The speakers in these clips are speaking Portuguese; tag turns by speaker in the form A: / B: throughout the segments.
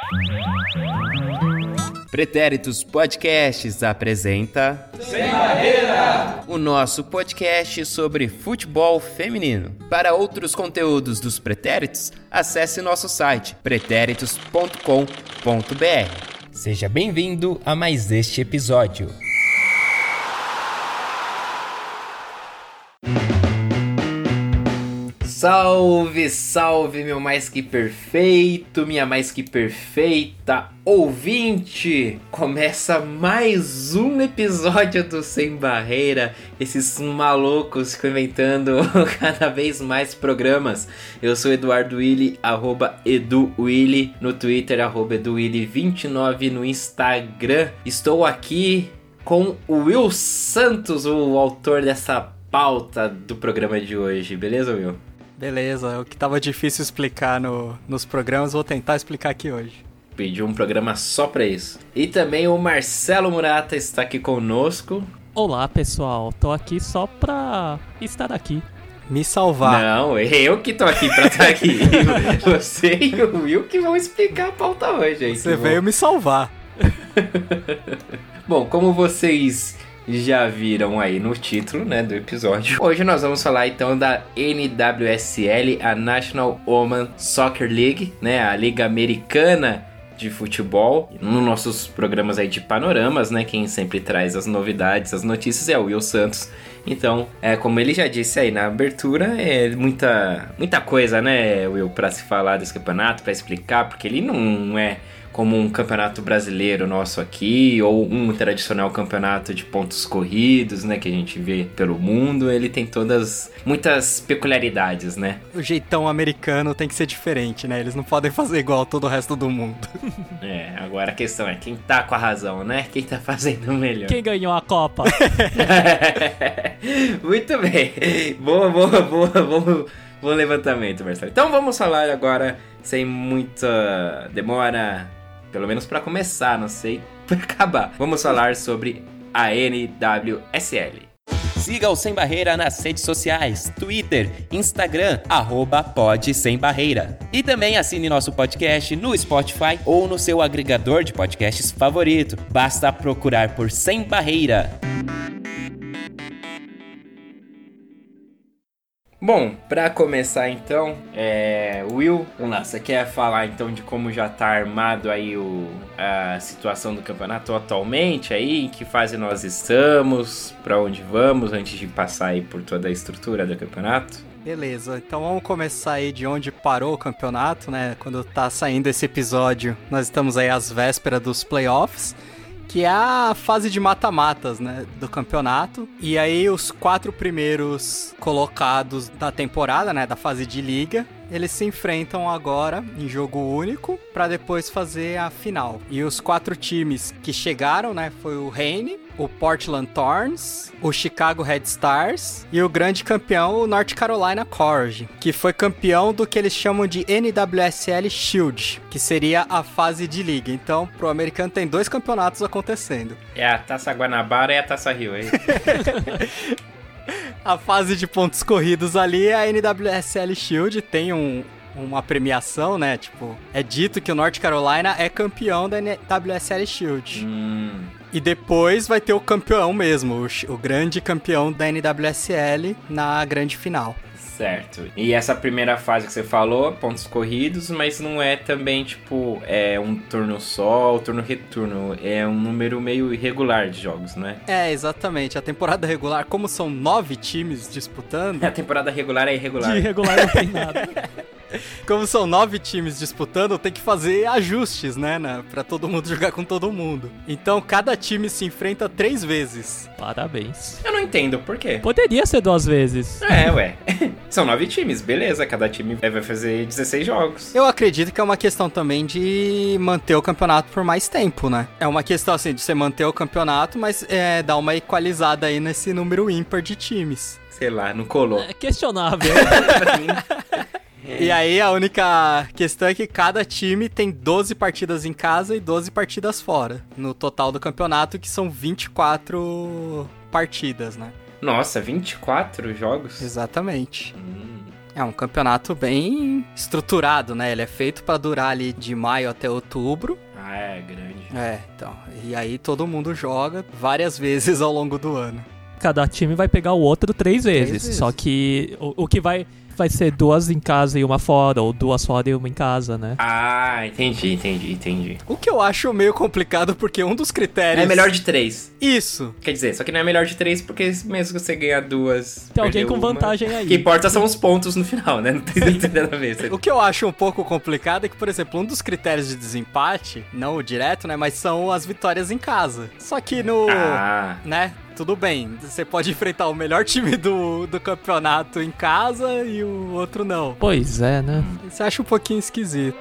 A: Pretéritos Podcasts apresenta
B: Sem Barreira,
A: o nosso podcast sobre futebol feminino. Para outros conteúdos dos Pretéritos, acesse nosso site pretéritos.com.br. Seja bem-vindo a mais este episódio. Salve, salve, meu mais que perfeito, minha mais que perfeita ouvinte! Começa mais um episódio do Sem Barreira, esses malucos ficam inventando cada vez mais programas. Eu sou Eduardo Willi, @EduWilli no Twitter, @EduWilli29 no Instagram. Estou aqui com o Will Santos, o autor dessa pauta do programa de hoje, beleza, Will?
C: Beleza, o que tava difícil explicar nos programas, vou tentar explicar aqui hoje.
A: Pediu um programa só pra isso. E também o Marcelo Murata está aqui conosco.
D: Olá, pessoal, tô aqui só pra estar aqui.
C: Me salvar.
A: Não, eu que tô aqui pra estar aqui. Você e o Will que vão explicar a pauta hoje. Aí,
C: você veio me salvar.
A: Bom, como vocês já viram aí no título, né, do episódio, hoje nós vamos falar então da NWSL, a National Women's Soccer League, né, a Liga Americana de Futebol. Nos nossos programas aí de panoramas, né, quem sempre traz as novidades, as notícias é o Will Santos. Então, como ele já disse aí na abertura, é muita coisa, né, Will, pra se falar desse campeonato, pra explicar, porque ele não é como um campeonato brasileiro nosso aqui, ou um tradicional campeonato de pontos corridos, né, que a gente vê pelo mundo. Ele tem muitas peculiaridades, né?
C: O jeitão americano tem que ser diferente, né? Eles não podem fazer igual todo o resto do mundo.
A: Agora a questão é quem tá com a razão, né? Quem tá fazendo melhor.
D: Quem ganhou a Copa?
A: Muito bem. Bom levantamento, Marcelo. Então vamos falar agora, sem muita demora, pelo menos pra começar, não sei pra acabar. Vamos falar sobre a NWSL. Siga o Sem Barreira nas redes sociais, Twitter, Instagram, @podsembarreira. E também assine nosso podcast no Spotify ou no seu agregador de podcasts favorito. Basta procurar por Sem Barreira. Bom, pra começar então, Will, vamos lá, você quer falar então de como já tá armado aí a situação do campeonato atualmente aí, em que fase nós estamos, pra onde vamos, antes de passar aí por toda a estrutura do campeonato?
C: Beleza, então vamos começar aí de onde parou o campeonato, né? Quando tá saindo esse episódio, nós estamos aí às vésperas dos playoffs, que é a fase de mata-matas, né, do campeonato. E aí os 4 primeiros colocados da temporada, né, da fase de liga, eles se enfrentam agora em jogo único para depois fazer a final. E os 4 times que chegaram, né, foi o Reign, o Portland Thorns, o Chicago Red Stars e o grande campeão, o North Carolina Courage, que foi campeão do que eles chamam de NWSL Shield, que seria a fase de liga. Então, pro americano tem 2 campeonatos acontecendo.
A: É a Taça Guanabara e a Taça Rio aí.
C: A fase de pontos corridos ali é a NWSL Shield, tem uma premiação, né? Tipo, é dito que o North Carolina é campeão da NWSL Shield. E depois vai ter o campeão mesmo, o grande campeão da NWSL na grande final.
A: Certo. E essa primeira fase que você falou, pontos corridos, mas não é também, tipo, um turno só, ou turno-retorno. É um número meio irregular de jogos, né?
C: É, exatamente. A temporada regular, como são 9 times disputando...
A: A temporada regular é irregular.
D: De irregular não tem nada.
C: Como são 9 times disputando, tem que fazer ajustes, né? Pra todo mundo jogar com todo mundo. Então, cada time se enfrenta 3 vezes.
D: Parabéns.
A: Eu não entendo por quê.
D: Poderia ser 2 vezes.
A: São 9 times, beleza. Cada time vai fazer 16 jogos.
C: Eu acredito que é uma questão também de manter o campeonato por mais tempo, né? É uma questão, assim, de você manter o campeonato, mas dar uma equalizada aí nesse número ímpar de times.
A: Sei lá, não colou.
D: É questionável.
C: E aí a única questão é que cada time tem 12 partidas em casa e 12 partidas fora. No total do campeonato, que são 24 partidas, né?
A: Nossa, 24 jogos?
C: Exatamente. É um campeonato bem estruturado, né? Ele é feito pra durar ali de maio até outubro.
A: Ah, é grande.
C: Então. E aí todo mundo joga várias vezes ao longo do ano.
D: Cada time vai pegar o outro 3 vezes.
C: vezes.
D: Só que o que vai ser 2 em casa e uma fora, ou 2 fora e uma em casa, né?
A: Ah, entendi.
C: O que eu acho meio complicado, porque um dos critérios...
A: É melhor de 3.
C: Isso.
A: Quer dizer, só que não é melhor de 3, porque mesmo que você ganhar 2...
D: Tem alguém
A: perder
D: com
A: uma,
D: vantagem aí.
A: O que importa são os pontos no final, né? Não tem nada a ver.
C: O que eu acho um pouco complicado é que, por exemplo, um dos critérios de desempate, não o direto, né, mas são as vitórias em casa. Só que no... né, tudo bem, você pode enfrentar o melhor time do campeonato em casa e o outro não.
D: Pois é, né?
C: Você acha um pouquinho esquisito.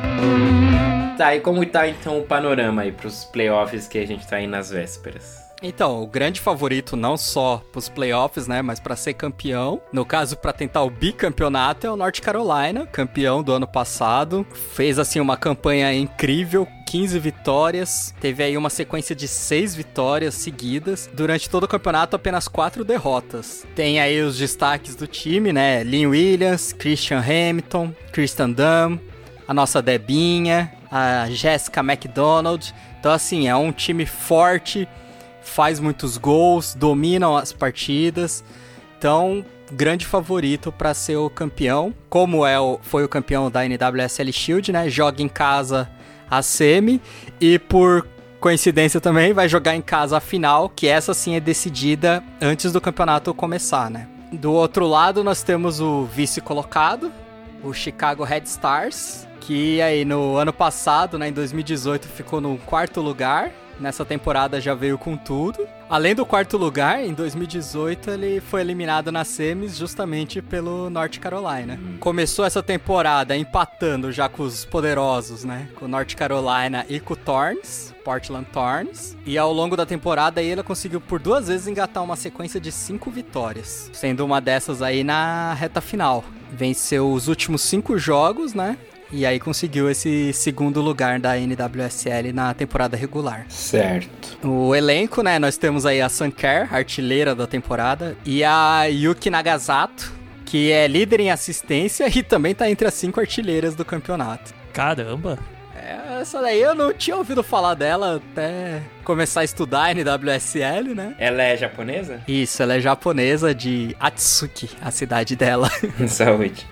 A: Tá, e como tá então o panorama aí pros playoffs que a gente tá aí nas vésperas?
C: Então, o grande favorito não só pros playoffs, né, mas pra ser campeão, no caso pra tentar o bicampeonato, é o North Carolina, campeão do ano passado. Fez assim uma campanha incrível, 15 vitórias, teve aí uma sequência de 6 vitórias seguidas. Durante todo o campeonato, apenas 4 derrotas. Tem aí os destaques do time, né, Lynn Williams, Christian Hamilton, Kristen Dunn, a nossa Debinha, a Jessica McDonald. Então assim, é um time forte, faz muitos gols, dominam as partidas, então grande favorito para ser o campeão, como foi o campeão da NWSL Shield, né? Joga em casa a semi e por coincidência também vai jogar em casa a final, que essa sim é decidida antes do campeonato começar, né? Do outro lado nós temos o vice-colocado, o Chicago Red Stars, que aí no ano passado, né, em 2018, ficou no 4º lugar. Nessa temporada já veio com tudo. Além do 4º lugar, em 2018 ele foi eliminado nas semis justamente pelo North Carolina. Começou essa temporada empatando já com os poderosos, né? Com o North Carolina e com o Thorns, Portland Thorns. E ao longo da temporada aí ele conseguiu por 2 vezes engatar uma sequência de 5 vitórias. Sendo uma dessas aí na reta final. Venceu os últimos 5 jogos, né? E aí conseguiu esse 2º lugar da NWSL na temporada regular.
A: Certo.
C: O elenco, né? Nós temos aí a Sun Kerr, artilheira da temporada, e a Yuki Nagasato, que é líder em assistência e também tá entre as 5 artilheiras do campeonato.
D: Caramba!
C: Essa daí eu não tinha ouvido falar dela até começar a estudar a NWSL, né?
A: Ela é japonesa?
C: Isso, ela é japonesa, de Atsuki, a cidade dela.
A: Saúde.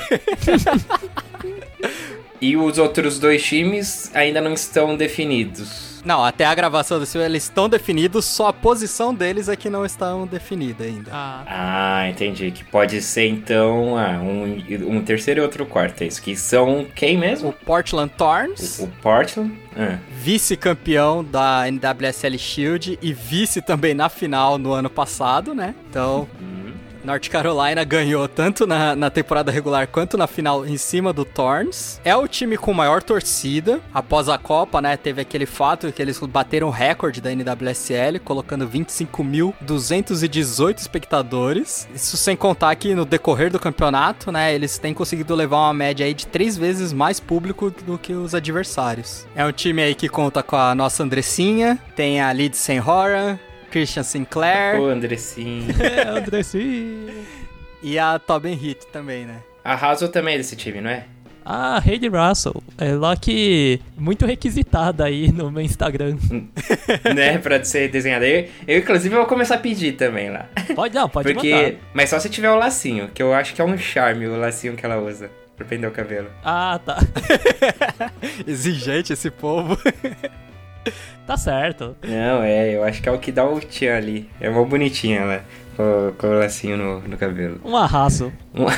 A: E os outros 2 times ainda não estão definidos?
C: Não, até a gravação desse eles estão definidos, só a posição deles é que não estão definida ainda.
A: Ah, entendi. Que pode ser então um terceiro e outro quarto, é isso. Que são quem mesmo?
C: O Portland Thorns.
A: O Portland?
C: Vice-campeão da NWSL Shield e vice também na final no ano passado, né? Então... North Carolina ganhou tanto na temporada regular quanto na final em cima do Thorns. É o time com maior torcida. Após a Copa, né, teve aquele fato que eles bateram o recorde da NWSL, colocando 25.218 espectadores. Isso sem contar que no decorrer do campeonato, né, eles têm conseguido levar uma média aí de 3 vezes mais público do que os adversários. É um time aí que conta com a nossa Andressinha, tem a Lindsay Horan, Christian Sinclair.
A: Ô, Andressinho.
D: Andressinho.
C: E a Tobin Heath também, né?
A: A Hazel também é desse time, não é?
D: Ah, Hayley Russell. Ela que muito requisitada aí no meu Instagram.
A: Né, pra ser desenhada. Eu, inclusive, vou começar a pedir também lá.
D: Pode mandar.
A: Mas só se tiver o lacinho, que eu acho que é um charme o lacinho que ela usa pra prender o cabelo.
D: Ah, tá.
C: Exigente esse povo.
D: Tá certo.
A: Não, eu acho que é o que dá o tchan ali. É uma bonitinha ela, com o lacinho no cabelo.
D: Um arraso.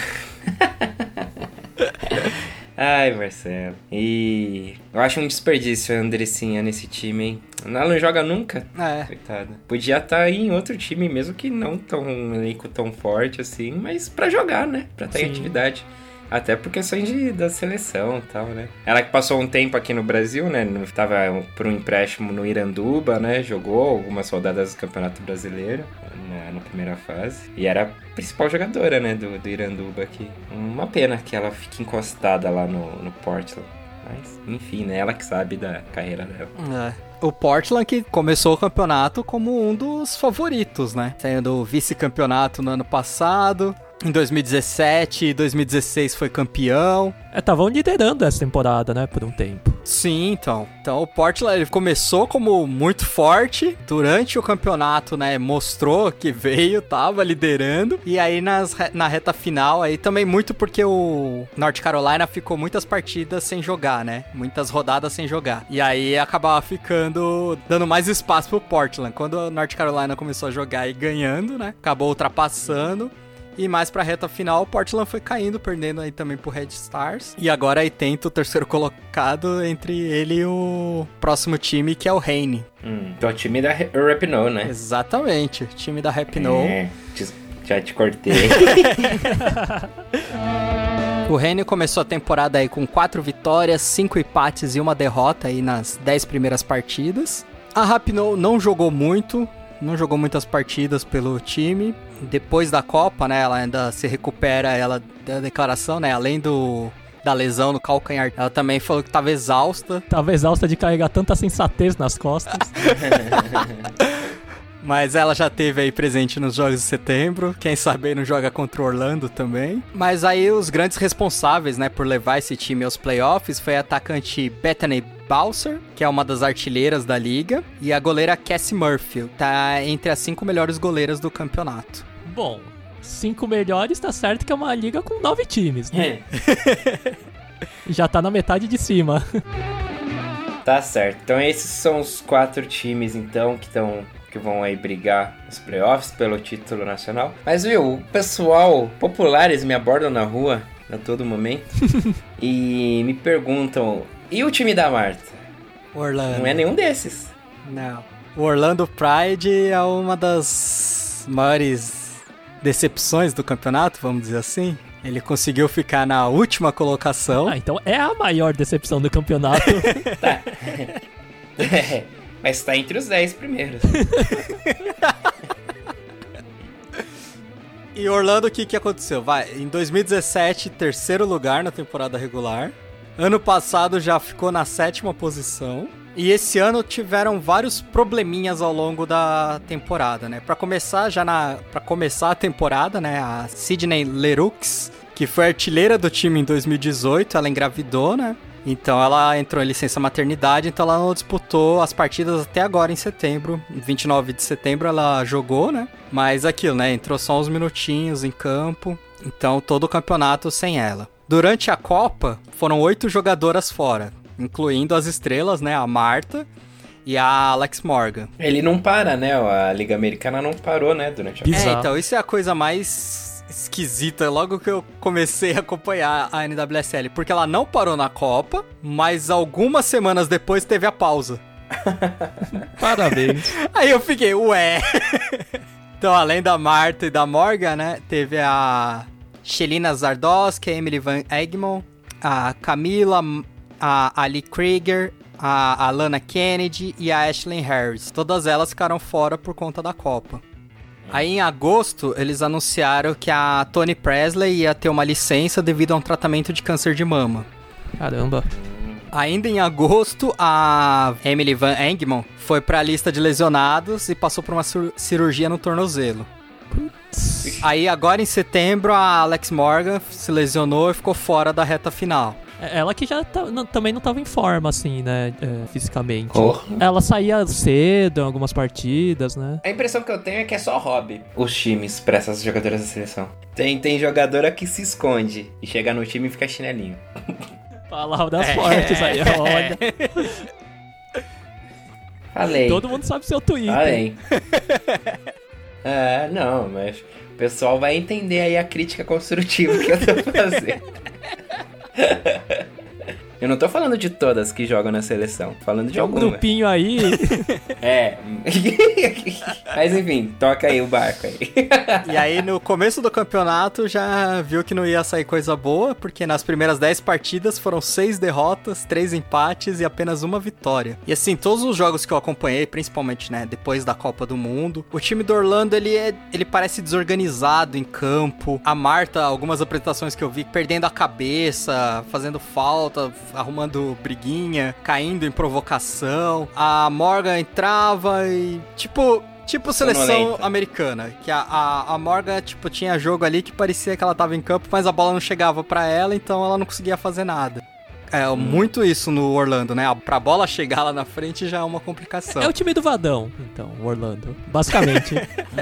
A: Ai, Marcelo. E eu acho um desperdício a Andressinha nesse time, hein? Ela não joga nunca. Coitada. Podia estar em outro time, mesmo que não tão um elenco tão forte assim, mas pra jogar, né? Pra estar em atividade. Até por questões da seleção e tal, né? Ela que passou um tempo aqui no Brasil, né? Tava por um empréstimo no Iranduba, né? Jogou algumas rodadas do Campeonato Brasileiro na primeira fase. E era a principal jogadora, né? Do Iranduba aqui. Uma pena que ela fique encostada lá no Portland. Mas, enfim, né? Ela que sabe da carreira dela.
C: O Portland que começou o campeonato como um dos favoritos, né? Saindo do vice-campeonato no ano passado. Em 2017 e 2016 foi campeão.
D: Estavam liderando essa temporada, né, por um tempo.
C: Sim, então. Então o Portland ele começou como muito forte. Durante o campeonato, né, mostrou que veio, tava liderando. E aí na reta final, aí também muito porque o North Carolina ficou muitas partidas sem jogar, né? Muitas rodadas sem jogar. E aí acabava dando mais espaço pro Portland. Quando o North Carolina começou a jogar e ganhando, né? Acabou ultrapassando. E mais pra reta final, o Portland foi caindo, perdendo aí também pro Red Stars. E agora aí tenta o terceiro colocado entre ele e o próximo time, que é o Reine.
A: Que é o time da Rapinoe, né?
C: Exatamente, o time da Rapinoe.
A: Já te cortei.
C: O Reine começou a temporada aí com 4 vitórias, 5 empates e 1 derrota aí nas 10 primeiras partidas. A Rapinoe não jogou muitas partidas pelo time. Depois da Copa, né, ela ainda se recupera, ela da declaração, né, além da lesão no calcanhar, ela também falou que estava exausta.
D: Tava exausta de carregar tanta sensatez nas costas.
C: Mas ela já teve aí presente nos jogos de setembro. Quem sabe não joga contra o Orlando também. Mas aí os grandes responsáveis, né, por levar esse time aos playoffs foi a atacante Bethany Bowser, que é uma das artilheiras da liga, e a goleira Cassie Murphy, tá entre as 5 melhores goleiras do campeonato.
D: Bom, 5 melhores, tá certo que é uma liga com 9 times, né? Já tá na metade de cima.
A: Tá certo. Então esses são os 4 times, então, que vão aí brigar nos playoffs pelo título nacional. Mas, viu, o pessoal populares me abordam na rua a todo momento e me perguntam, e o time da Marta?
C: Orlando.
A: Não é nenhum desses.
C: Não. O Orlando Pride é uma das maiores decepções do campeonato, vamos dizer assim. Ele conseguiu ficar na última colocação.
D: Então é a maior decepção do campeonato.
A: Tá. Mas tá entre os 10 primeiros.
C: E Orlando, o que aconteceu? Em 2017, terceiro lugar na temporada regular. Ano passado já ficou na 7ª posição. E esse ano tiveram vários probleminhas ao longo da temporada, né? Pra começar a temporada, né? A Sydney Leroux, que foi artilheira do time em 2018, ela engravidou, né? Então ela entrou em licença maternidade, então ela não disputou as partidas até agora em setembro. 29 de setembro ela jogou, né? Mas aquilo, né? Entrou só uns minutinhos em campo. Então todo o campeonato sem ela. Durante a Copa, foram 8 jogadoras fora, incluindo as estrelas, né? A Marta e a Alex Morgan.
A: Ele não para, né? A Liga Americana não parou, né? Durante a
D: Bizarro.
C: Então isso é a coisa mais esquisita logo que eu comecei a acompanhar a NWSL, porque ela não parou na Copa, mas algumas semanas depois teve a pausa.
D: Parabéns.
C: Aí eu fiquei, ué. Então, além da Marta e da Morgan, né, teve a Shelina Zardowski, a Emily Van Egmond, a Camila, a Ali Krieger, a Alana Kennedy e a Ashley Harris. Todas elas ficaram fora por conta da Copa. Aí em agosto, eles anunciaram que a Toni Presley ia ter uma licença devido a um tratamento de câncer de mama.
D: Caramba.
C: Ainda em agosto, a Emily Van Egmond foi pra lista de lesionados e passou por uma cirurgia no tornozelo. Aí agora em setembro, a Alex Morgan se lesionou e ficou fora da reta final.
D: Ela que já também não tava em forma, assim, né, fisicamente.
A: Oh.
D: Ela saía cedo em algumas partidas, né?
A: A impressão que eu tenho é que é só hobby os times pra essas jogadoras da seleção. Tem jogadora que se esconde e chega no time e fica chinelinho.
D: Palavras fortes aí, olha.
A: Falei.
D: Todo mundo sabe seu Twitter.
A: Falei. Não, mas o pessoal vai entender aí a crítica construtiva que eu tô fazendo. Eu não tô falando de todas que jogam na seleção, tô falando de
D: Tem um
A: algumas.
D: grupinho aí.
A: Mas enfim, toca aí o barco aí.
C: E aí no começo do campeonato já viu que não ia sair coisa boa, porque nas primeiras 10 partidas foram 6 derrotas, 3 empates e apenas uma vitória. E assim, todos os jogos que eu acompanhei, principalmente, né, depois da Copa do Mundo, o time do Orlando, ele parece desorganizado em campo. A Marta, algumas apresentações que eu vi, perdendo a cabeça, fazendo falta, arrumando briguinha, caindo em provocação. A Morgan entrava e, tipo, Tipo seleção americana, que a Morgan, tipo, tinha jogo ali que parecia que ela tava em campo, mas a bola não chegava pra ela, então ela não conseguia fazer nada. É muito isso no Orlando, né? Pra bola chegar lá na frente já é uma complicação.
D: É o time do Vadão, então, o Orlando. Basicamente.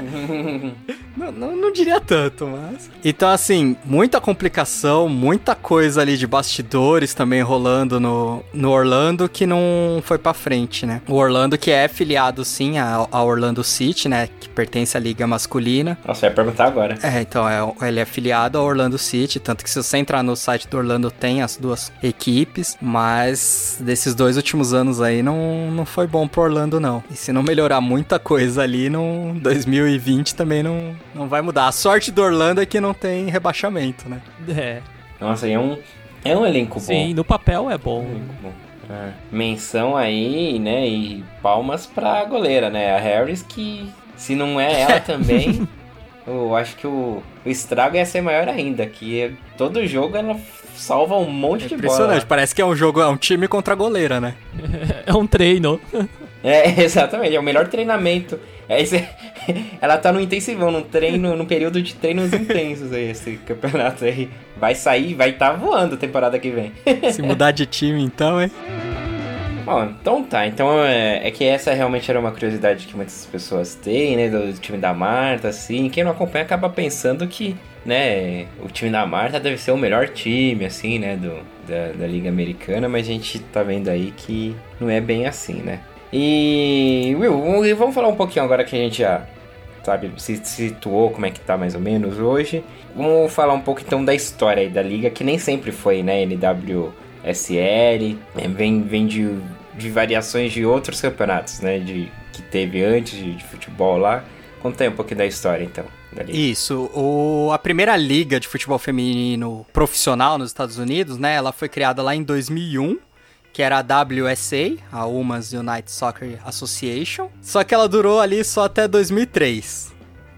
C: Não diria tanto, mas... Então, assim, muita complicação, muita coisa ali de bastidores também rolando no Orlando que não foi pra frente, né? O Orlando que é filiado, sim, a Orlando City, né? Que pertence à liga masculina.
A: Nossa, eu ia perguntar agora.
C: Então, ele é filiado a Orlando City, tanto que se você entrar no site do Orlando tem as duas equipes, mas desses 2 últimos anos aí não foi bom pro Orlando, não. E se não melhorar muita coisa ali, no 2020 também não vai mudar. A sorte do Orlando é que não tem rebaixamento, né?
D: É.
A: Nossa, é um elenco bom.
D: Sim, no papel é bom.
A: Menção aí, né, e palmas pra goleira, né, a Harris, que se não é ela também, eu acho que o estrago ia ser maior ainda, que todo jogo ela salva um monte de bola.
C: Impressionante, parece que é um time contra a goleira, né?
D: É um treino.
A: Exatamente, é o melhor treinamento. Ela tá no intensivão, num período de treinos intensos aí, esse campeonato aí. Vai tá voando a temporada que vem.
C: Se mudar de time então, hein?
A: Bom, então tá. Então é que essa realmente era uma curiosidade que muitas pessoas têm, né? Do time da Marta, assim. Quem não acompanha acaba pensando que, né, o time da Marta deve ser o melhor time, assim, né? Da Liga Americana, mas a gente tá vendo aí que não é bem assim, né? E, Will, vamos falar um pouquinho agora que a gente já, sabe, se situou como é que tá mais ou menos hoje. Vamos falar um pouco então da história aí da Liga, que nem sempre foi, né, NWSL, vem de variações de outros campeonatos, né, que teve antes de futebol lá. Conta aí um pouquinho da história então. Da Liga.
C: Isso, a primeira liga de futebol feminino profissional nos Estados Unidos, né, ela foi criada lá em 2001. Que era a WSA, a Women's United Soccer Association. Só que ela durou ali só até 2003.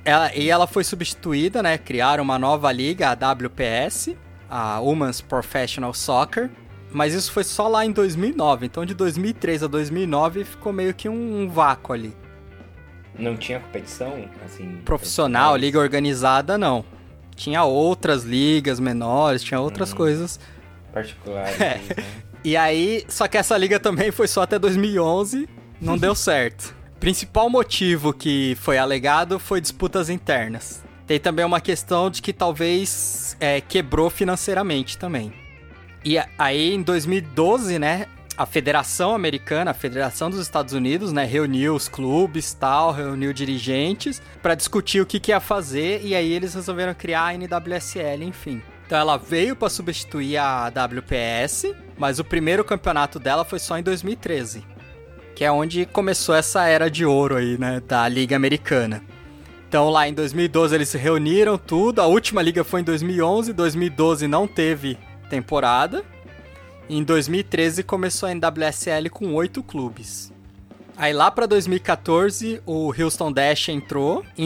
C: Ela foi substituída, né? Criaram uma nova liga, a WPS, a Women's Professional Soccer. Mas isso foi só lá em 2009. Então de 2003 a 2009 ficou meio que um vácuo ali.
A: Não tinha competição, assim...
C: Profissional, liga organizada, não. Tinha outras ligas menores, tinha outras coisas...
A: particulares, né?
C: E aí, só que essa liga também foi só até 2011, não deu certo. Principal motivo que foi alegado foi disputas internas. Tem também uma questão de que talvez quebrou financeiramente também. E aí, em 2012, né, a Federação Americana, a Federação dos Estados Unidos, né, reuniu os clubes, tal, reuniu dirigentes para discutir o que ia fazer, e aí eles resolveram criar a NWSL, enfim. Então ela veio para substituir a WPS, mas o primeiro campeonato dela foi só em 2013, que é onde começou essa era de ouro aí, né, da Liga Americana. Então lá em 2012 eles se reuniram tudo, a última liga foi em 2011, 2012 não teve temporada, e em 2013 começou a NWSL com 8 clubes. Aí lá para 2014 o Houston Dash entrou, em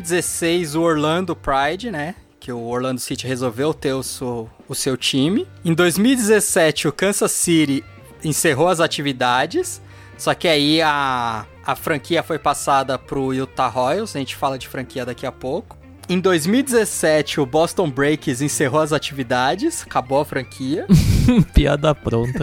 C: 2016 o Orlando Pride, né, que o Orlando City resolveu ter o seu time. Em 2017, o Kansas City encerrou as atividades, só que aí a franquia foi passada pro Utah Royals, a gente fala de franquia daqui a pouco. Em 2017, o Boston Breakers encerrou as atividades, acabou a franquia.
D: Piada pronta.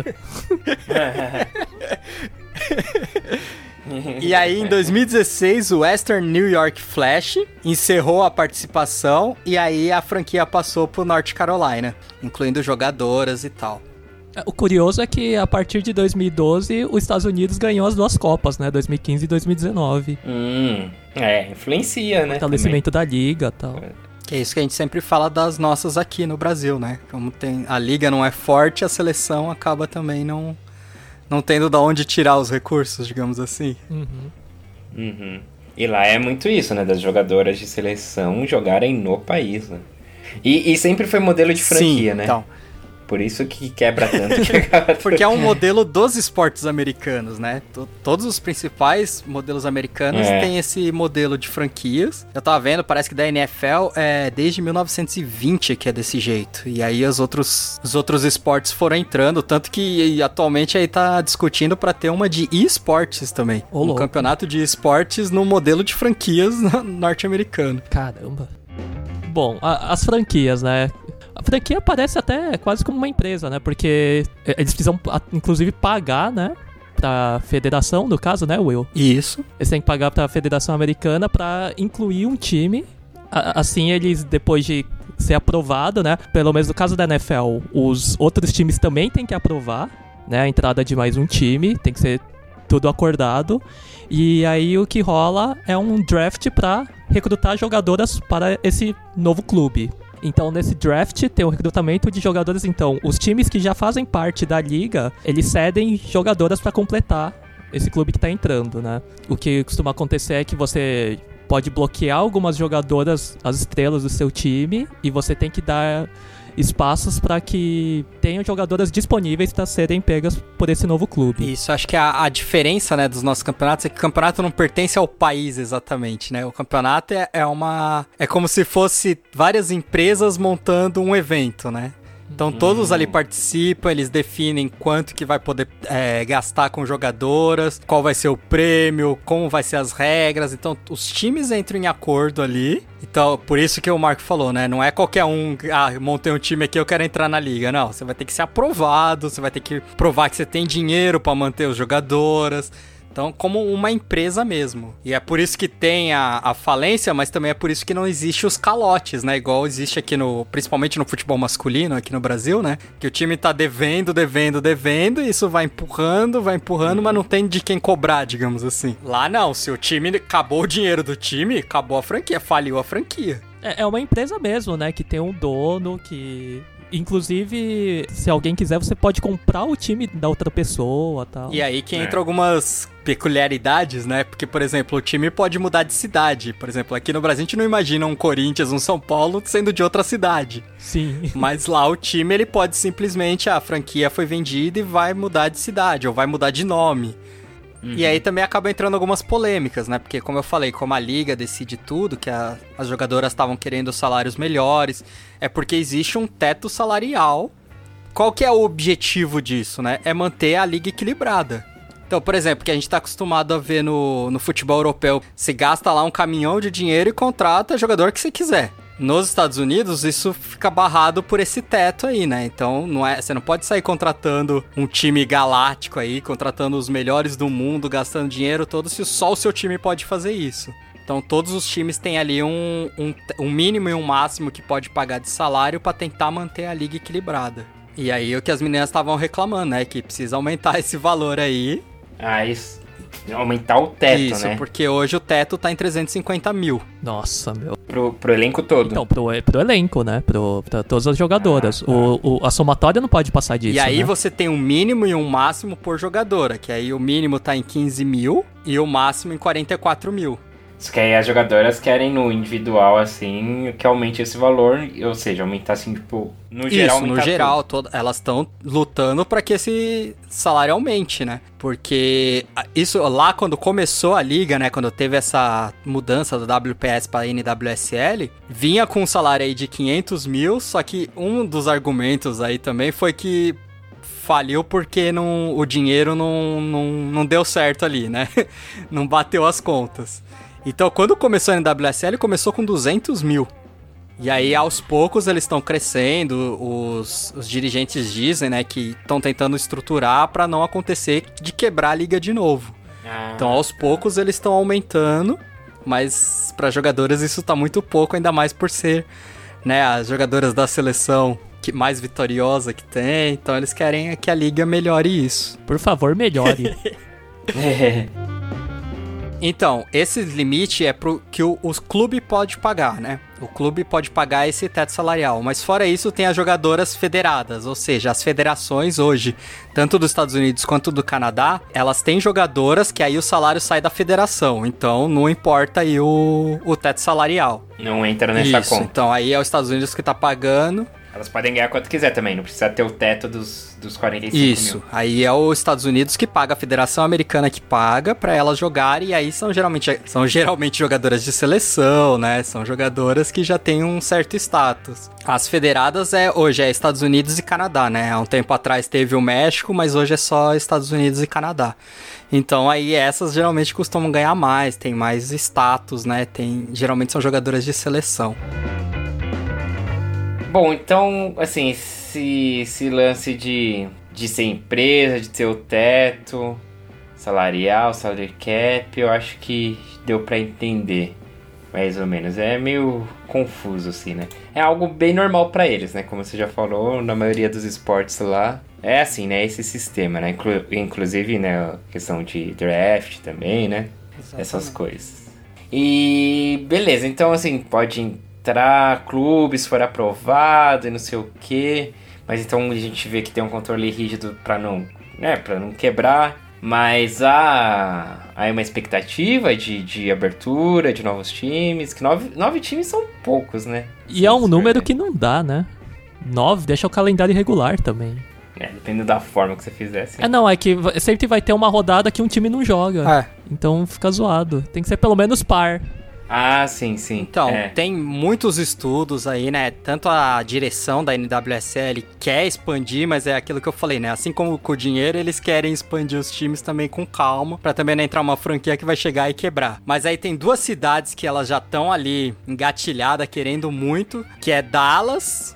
C: E aí, em 2016, o Western New York Flash encerrou a participação e aí a franquia passou pro North Carolina, incluindo jogadoras e tal.
D: O curioso é que a partir de 2012, os Estados Unidos ganhou as 2 Copas, né? 2015 e 2019.
A: Influencia, né?
D: Fortalecimento da liga e tal.
C: Que é isso que a gente sempre fala das nossas aqui no Brasil, né? Como a liga não é forte, a seleção acaba também não tendo de onde tirar os recursos, digamos assim.
A: E lá é muito isso, né? Das jogadoras de seleção jogarem no país, né? E sempre foi modelo de franquia,
C: sim,
A: né?
C: Então,
A: Por isso que quebra tanto.
C: Porque é um modelo dos esportes americanos, né? Todos os principais modelos americanos têm esse modelo de franquias. Eu tava vendo, parece que da NFL é desde 1920 que é desse jeito. E aí os outros esportes foram entrando, tanto que atualmente aí tá discutindo pra ter uma de esportes também. Um campeonato de esportes no modelo de franquias norte-americano.
D: Caramba. Bom, as franquias, né? A franquia parece até quase como uma empresa, né? Porque eles precisam, inclusive, pagar, né? Pra federação, no caso, né, Will?
C: Isso.
D: Eles têm que pagar pra federação americana pra incluir um time. Assim, eles, depois de ser aprovado, né? Pelo menos no caso da NFL, os outros times também têm que aprovar, né? A entrada de mais um time. Tem que ser tudo acordado. E aí o que rola é um draft pra recrutar jogadoras para esse novo clube. Então, nesse draft, tem o recrutamento de jogadores. Então, os times que já fazem parte da liga, eles cedem jogadoras para completar esse clube que tá entrando, né? O que costuma acontecer é que você pode bloquear algumas jogadoras, as estrelas do seu time, e você tem que dar espaços para que tenham jogadoras disponíveis para serem pegas por esse novo clube.
C: Isso, acho que a diferença, né, dos nossos campeonatos é que o campeonato não pertence ao país exatamente, né? O campeonato é como se fosse várias empresas montando um evento, né? Então todos ali participam, eles definem quanto que vai poder gastar com jogadoras, qual vai ser o prêmio, como vai ser as regras. Então os times entram em acordo ali. Então por isso que o Marco falou, né? Não é qualquer montei um time aqui, eu quero entrar na liga. Não, você vai ter que ser aprovado, você vai ter que provar que você tem dinheiro para manter os jogadoras. Então, como uma empresa mesmo. E é por isso que tem a falência, mas também é por isso que não existe os calotes, né? Igual existe aqui principalmente no futebol masculino, aqui no Brasil, né? Que o time tá devendo, e isso vai empurrando, mas não tem de quem cobrar, digamos assim. Lá não, se o time acabou o dinheiro do time, acabou a franquia, faliu a franquia.
D: É uma empresa mesmo, né? Que tem um dono, que... Inclusive, se alguém quiser, você pode comprar o time da outra pessoa e tal.
C: E aí que entra algumas peculiaridades, né? Porque, por exemplo, o time pode mudar de cidade. Por exemplo, aqui no Brasil a gente não imagina um Corinthians, um São Paulo sendo de outra cidade.
D: Sim.
C: Mas lá o time, ele pode simplesmente, a franquia foi vendida e vai mudar de cidade, ou vai mudar de nome. E aí também acaba entrando algumas polêmicas, né? Porque, como eu falei, como a liga decide tudo, que as jogadoras estavam querendo salários melhores, é porque existe um teto salarial. Qual que é o objetivo disso, né? É manter a liga equilibrada. Então, por exemplo, que a gente tá acostumado a ver no futebol europeu, você gasta lá um caminhão de dinheiro e contrata jogador que você quiser. Nos Estados Unidos, isso fica barrado por esse teto aí, né? Então, você não pode sair contratando um time galáctico aí, contratando os melhores do mundo, gastando dinheiro todo, se só o seu time pode fazer isso. Então, todos os times têm ali um mínimo e um máximo que pode pagar de salário pra tentar manter a liga equilibrada. E aí, o que as meninas estavam reclamando, né? Que precisa aumentar esse valor aí.
A: Isso. Aumentar o teto,
C: isso, né? Isso, porque hoje o teto tá em 350 mil.
D: Nossa, meu.
A: Pro elenco todo.
D: Então, pro elenco, né? Pra todas as jogadoras. A somatória não pode passar disso,
C: e aí
D: né?
C: Você tem um mínimo e um máximo por jogadora, que aí o mínimo tá em 15 mil e o máximo em 44 mil.
A: Isso que aí as jogadoras querem no individual, assim, que aumente esse valor, ou seja, aumentar assim, tipo, no geral.
C: Isso, no geral, elas estão lutando para que esse salário aumente, né? Porque isso lá quando começou a liga, né? Quando teve essa mudança do WPS para NWSL, vinha com um salário aí de 500 mil, só que um dos argumentos aí também foi que faliu porque o dinheiro não deu certo ali, né? Não bateu as contas. Então, quando começou a NWSL, começou com 200 mil. E aí, aos poucos, eles estão crescendo. Os dirigentes dizem, né, que estão tentando estruturar para não acontecer de quebrar a liga de novo. Então, aos poucos, eles estão aumentando. Mas, para jogadoras, isso tá muito pouco, ainda mais por ser, né, as jogadoras da seleção mais vitoriosa que tem. Então, eles querem que a liga melhore isso.
D: Por favor, melhore.
C: Então, esse limite é pro que o clube pode pagar, né? O clube pode pagar esse teto salarial. Mas fora isso, tem as jogadoras federadas. Ou seja, as federações hoje, tanto dos Estados Unidos quanto do Canadá, elas têm jogadoras que aí o salário sai da federação. Então, não importa aí o teto salarial.
A: Não entra nessa conta.
C: Então, aí é os Estados Unidos que tá pagando.
A: Elas podem ganhar quanto quiser também, não precisa ter o teto dos 45
C: Isso,
A: mil.
C: aí é os Estados Unidos que paga, a Federação Americana que paga pra elas jogarem, e aí são geralmente jogadoras de seleção, né? São jogadoras que já têm um certo status. As federadas hoje é Estados Unidos e Canadá, né? Há um tempo atrás teve o México, mas hoje é só Estados Unidos e Canadá. Então aí essas geralmente costumam ganhar mais, tem mais status, né? Geralmente são jogadoras de seleção.
A: Bom, então, assim, esse lance de ser empresa, de ter o teto salarial, salary cap, eu acho que deu pra entender, mais ou menos. É meio confuso, assim, né? É algo bem normal pra eles, né? Como você já falou, na maioria dos esportes lá, é assim, né? Esse sistema, né? Inclusive, né? A questão de draft também, né? Exatamente. Essas coisas. E beleza, então, assim, pode entrar clubes, for aprovado e não sei o quê. Mas então a gente vê que tem um controle rígido pra não quebrar. Mas há uma expectativa de abertura de novos times. Que 9 times são poucos, né?
D: E é um número que não dá, né? 9 deixa o calendário irregular também.
A: Dependendo da forma que você fizer, assim.
D: É que sempre vai ter uma rodada que um time não joga. Então fica zoado. Tem que ser pelo menos par.
A: Ah, sim.
C: Então, tem muitos estudos aí, né? Tanto a direção da NWSL quer expandir, mas é aquilo que eu falei, né? Assim como com o dinheiro, eles querem expandir os times também com calma, pra também não entrar uma franquia que vai chegar e quebrar. Mas aí tem 2 cidades que elas já estão ali engatilhadas, querendo muito, que é Dallas...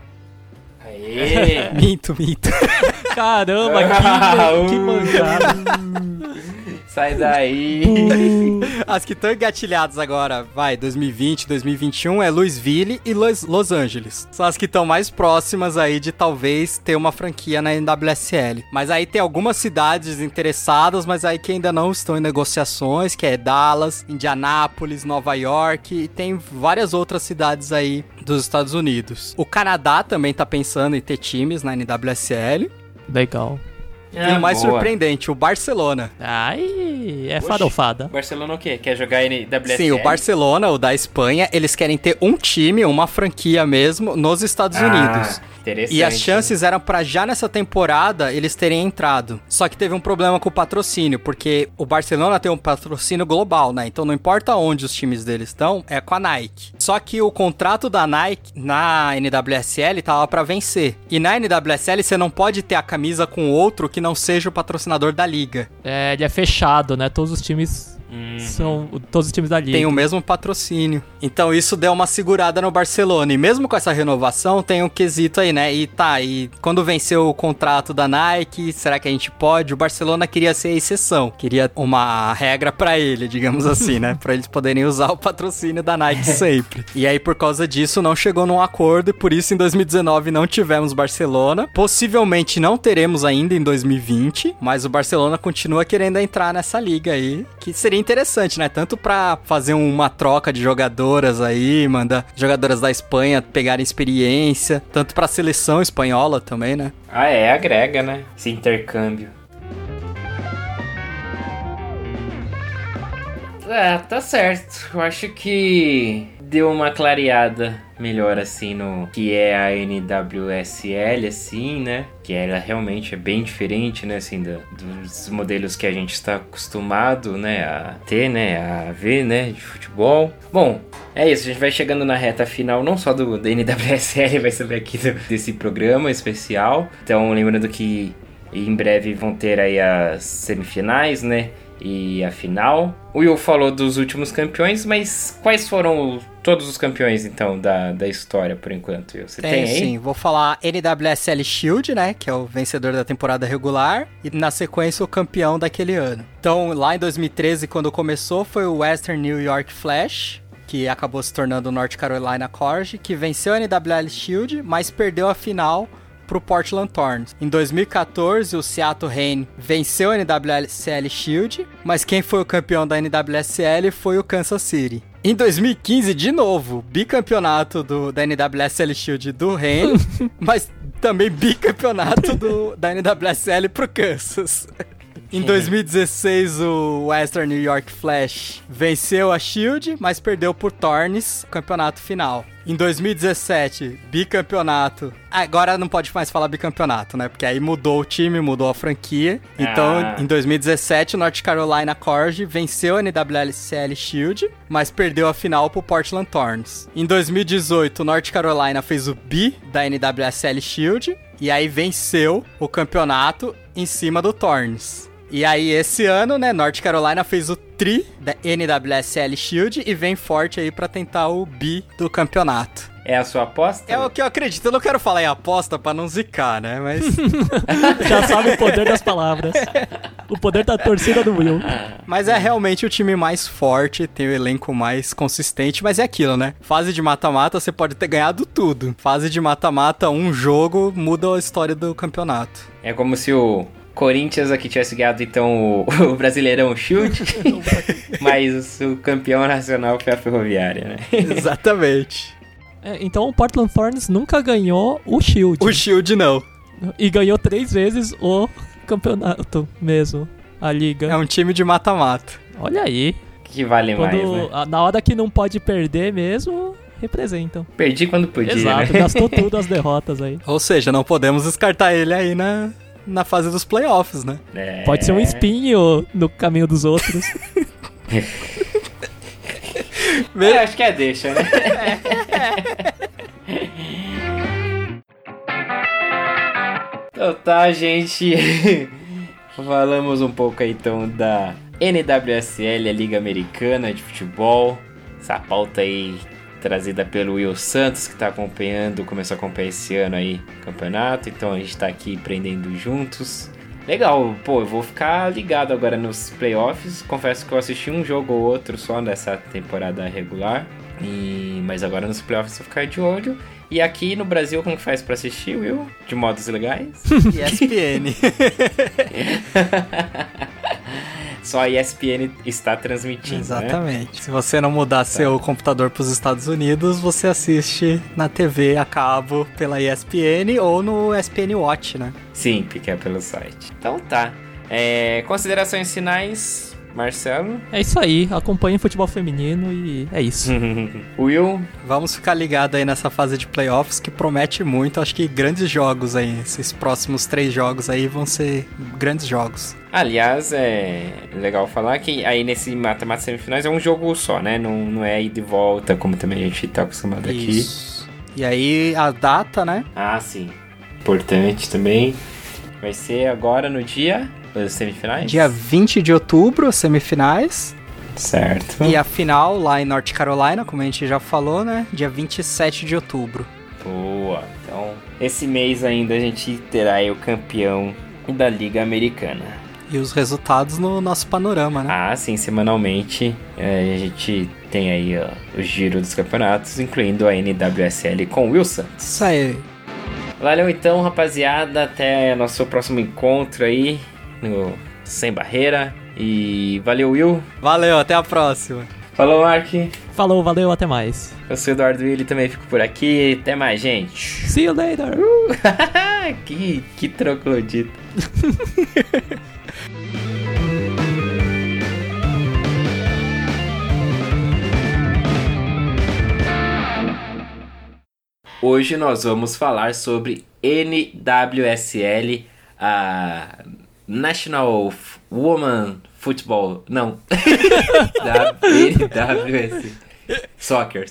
A: Aê!
C: Minto.
D: Caramba, que mancada.
A: Sai daí.
C: As que estão engatilhadas agora, 2020, 2021, é Louisville e Los Angeles. São as que estão mais próximas aí de talvez ter uma franquia na NWSL. Mas aí tem algumas cidades interessadas, mas aí que ainda não estão em negociações, que é Dallas, Indianápolis, Nova York, e tem várias outras cidades aí dos Estados Unidos. O Canadá também tá pensando em ter times na NWSL.
D: Legal.
C: E o mais surpreendente, o Barcelona.
D: Ai, farofada.
A: Barcelona o quê? Quer jogar NWSL?
C: Sim, o Barcelona, o da Espanha, eles querem ter um time, uma franquia mesmo, nos Estados Unidos.
A: Interessante.
C: E as chances eram pra já nessa temporada eles terem entrado. Só que teve um problema com o patrocínio, porque o Barcelona tem um patrocínio global, né? Então não importa onde os times deles estão, é com a Nike. Só que o contrato da Nike na NWSL tava pra vencer. E na NWSL você não pode ter a camisa com outro que não seja o patrocinador da liga.
D: Ele é fechado, né? Todos os times são todos os times da liga.
C: Tem o mesmo patrocínio. Então isso deu uma segurada no Barcelona. E mesmo com essa renovação, tem um quesito aí, né? E quando venceu o contrato da Nike, será que a gente pode? O Barcelona queria ser a exceção. Queria uma regra pra ele, digamos assim, né? Pra eles poderem usar o patrocínio da Nike sempre. E aí, por causa disso, não chegou num acordo. E por isso, em 2019, não tivemos Barcelona. Possivelmente não teremos ainda em 2020. Mas o Barcelona continua querendo entrar nessa liga aí. Que seria interessante, né? Tanto pra fazer uma troca de jogadoras aí, mandar jogadoras da Espanha pegarem experiência, tanto pra seleção espanhola também, né?
A: Agrega, né? Esse intercâmbio. Tá certo. Eu acho que deu uma clareada melhor, assim, no que é a NWSL, assim, né? Que ela realmente é bem diferente, né? Assim, dos modelos que a gente está acostumado, né? A ter, né? A ver, né? De futebol. Bom, é isso. A gente vai chegando na reta final, não só da NWSL, vai saber aqui desse programa especial. Então, lembrando que em breve vão ter aí as semifinais, né? E a final. O Will falou dos últimos campeões, mas quais foram todos os campeões, então, da história, por enquanto, Will? Você tem aí?
C: Sim, vou falar NWSL Shield, né, que é o vencedor da temporada regular, e na sequência o campeão daquele ano. Então, lá em 2013, quando começou, foi o Western New York Flash, que acabou se tornando o North Carolina Courage, que venceu a NWSL Shield, mas perdeu a final pro Portland Thorns. Em 2014, o Seattle Reign venceu a NWSL Shield, mas quem foi o campeão da NWSL foi o Kansas City. Em 2015, de novo, bicampeonato da NWSL Shield do Reign, mas também bicampeonato da NWSL pro Kansas. Em 2016, o Western New York Flash venceu a Shield, mas perdeu por Thorns no campeonato final. Em 2017, bicampeonato. Agora não pode mais falar bicampeonato, né? Porque aí mudou o time, mudou a franquia. Então, em 2017, o North Carolina Corgi venceu a NWSL Shield, mas perdeu a final pro Portland Thorns. Em 2018, o North Carolina fez o bi da NWSL Shield, e aí venceu o campeonato em cima do Thorns. E aí, esse ano, né, North Carolina fez o tri da NWSL Shield e vem forte aí pra tentar o bi do campeonato.
A: É a sua aposta?
C: É o que eu acredito. Eu não quero falar em aposta pra não zicar, né, mas...
D: Já sabe o poder das palavras. O poder da torcida do Will.
C: Mas é realmente o time mais forte, tem o elenco mais consistente, mas é aquilo, né? Fase de mata-mata, você pode ter ganhado tudo. Fase de mata-mata, um jogo muda a história do campeonato.
A: É como se o Corinthians aqui tivesse ganhado, então, o Brasileirão Shield, mas o campeão nacional foi a Ferroviária, né?
C: Exatamente.
D: Então o Portland Thorns nunca ganhou o Shield.
C: O Shield não.
D: E ganhou 3 vezes o campeonato mesmo, a liga.
C: É um time de mata-mata.
D: Olha aí.
A: Que vale mais, né?
D: Na hora que não pode perder mesmo, representam.
A: Perdi quando podia,
D: Exato,
A: né?
D: Gastou tudo as derrotas aí.
C: Ou seja, não podemos descartar ele aí na fase dos playoffs, né?
D: Pode ser um espinho no caminho dos outros.
A: Acho que deixa, né? Então tá, gente. Falamos um pouco aí então da NWSL, a Liga Americana de Futebol. Essa pauta aí trazida pelo Will Santos, que tá acompanhando, começou a acompanhar esse ano aí o campeonato. Então a gente tá aqui aprendendo juntos. Legal, pô, eu vou ficar ligado agora nos playoffs. Confesso que eu assisti um jogo ou outro só nessa temporada regular. Mas agora nos playoffs eu vou ficar de olho. E aqui no Brasil, como que faz pra assistir, Will? De modos legais?
C: ESPN.
A: Só a ESPN está transmitindo,
C: exatamente. Né? Se você não mudar seu computador para os Estados Unidos, você assiste na TV a cabo pela ESPN ou no ESPN Watch, né?
A: Sim, porque é pelo site. Então tá. Considerações finais, Marcelo?
D: É isso aí, acompanhe futebol feminino e é isso.
A: Will?
C: Vamos ficar ligado aí nessa fase de playoffs que promete muito. Acho que grandes jogos aí. Esses próximos 3 jogos aí vão ser grandes jogos.
A: Aliás, é legal falar que aí nesse mata-mata semifinais é um jogo só, né? Não é ir de volta, como também a gente tá acostumado
C: isso. Aqui. E aí a data, né?
A: Ah, sim. Importante também. Vai ser agora no dia das semifinais?
C: Dia 20 de outubro, as semifinais.
A: Certo.
C: E a final lá em North Carolina, como a gente já falou, né? Dia 27 de outubro.
A: Boa. Então, esse mês ainda a gente terá aí o campeão da Liga Americana.
C: E os resultados no nosso panorama, né?
A: Ah, sim, semanalmente a gente tem aí o giro dos campeonatos, incluindo a NWSL com o Will Santos.
C: Isso aí.
A: Valeu então, rapaziada, até nosso próximo encontro aí no Sem Barreira. E valeu, Will.
C: Valeu, até a próxima.
A: Falou, Mark.
D: Falou, valeu, até mais.
A: Eu sou o Eduardo Willi, também fico por aqui. Até mais, gente.
D: See you later.
A: Que troglodito. Hoje nós vamos falar sobre NWSL, a National Woman Football, não, da NWSL, Soccer,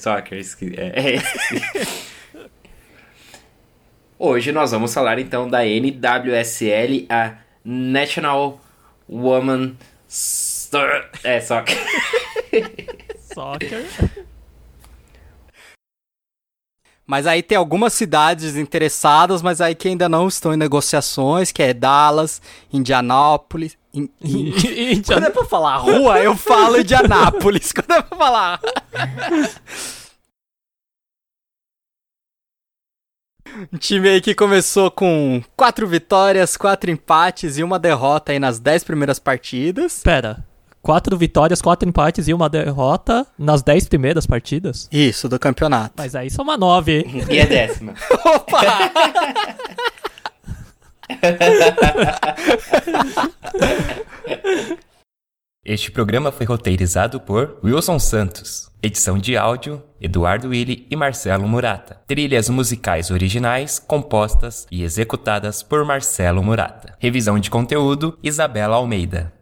A: Hoje nós vamos falar então da NWSL, a National Woman Soccer.
D: Soccer.
C: Mas aí tem algumas cidades interessadas, mas aí que ainda não estão em negociações, que é Dallas, Indianápolis... Quando é pra falar rua, eu falo Indianápolis. Quando é pra falar... Um time aí que começou com 4 vitórias, 4 empates e 1 derrota aí nas 10 primeiras partidas.
D: Pera... 4 vitórias, 4 empates e 1 derrota nas 10 primeiras partidas?
C: Isso, do campeonato.
D: Mas aí são uma 9.
A: E a 10ª.
C: Opa!
E: Este programa foi roteirizado por Wilson Santos. Edição de áudio, Eduardo Willi e Marcelo Murata. Trilhas musicais originais, compostas e executadas por Marcelo Murata. Revisão de conteúdo, Isabela Almeida.